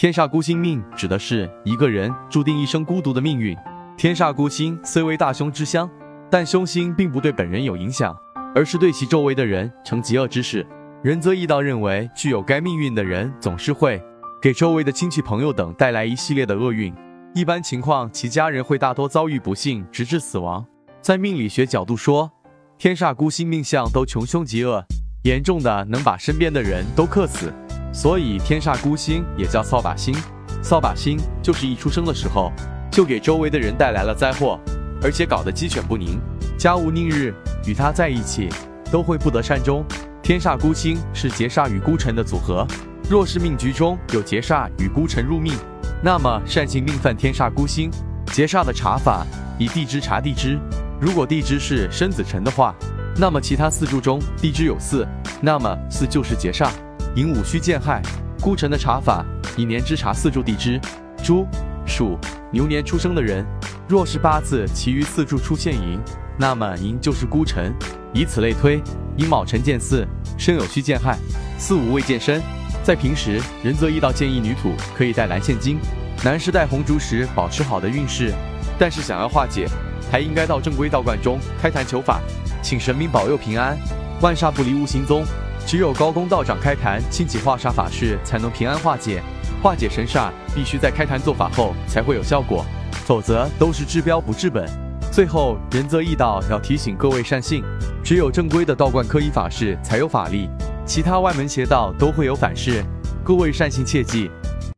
天煞孤星命指的是一个人注定一生孤独的命运。天煞孤星虽为大凶之相，但凶星并不对本人有影响，而是对其周围的人成极恶之事。仁泽义道认为，具有该命运的人总是会给周围的亲戚朋友等带来一系列的厄运，一般情况其家人会大多遭遇不幸，直至死亡。在命理学角度说，天煞孤星命相都穷凶极恶，严重的能把身边的人都克死，所以天煞孤星也叫扫把星。扫把星就是一出生的时候就给周围的人带来了灾祸，而且搞得鸡犬不宁，家无宁日，与他在一起都会不得善终。天煞孤星是劫煞与孤辰的组合，若是命局中有劫煞与孤辰入命，那么善行命犯天煞孤星。劫煞的查法以地支查地支，如果地支是申子辰的话，那么其他四柱中地支有巳，那么巳就是劫煞。寅午戌见亥。孤辰的查法以年支查四柱地支，猪、鼠、牛年出生的人，若是八字其余四柱出现寅，那么寅就是孤辰。以此类推，寅卯辰见巳，申酉戌见亥，巳午未见申。在平时，仁泽义道建议女土可以戴蓝线巾，男士戴红烛石，保持好的运势。但是想要化解，还应该到正规道观中开坛求法，请神明保佑平安，万煞不离无形踪。只有高公道长开坛清洗化煞法事，才能平安化解。化解神煞必须在开坛做法后才会有效果，否则都是治标不治本。最后，仁泽义道要提醒各位善信，只有正规的道观科仪法事才有法力，其他外门邪道都会有反噬。各位善信切记，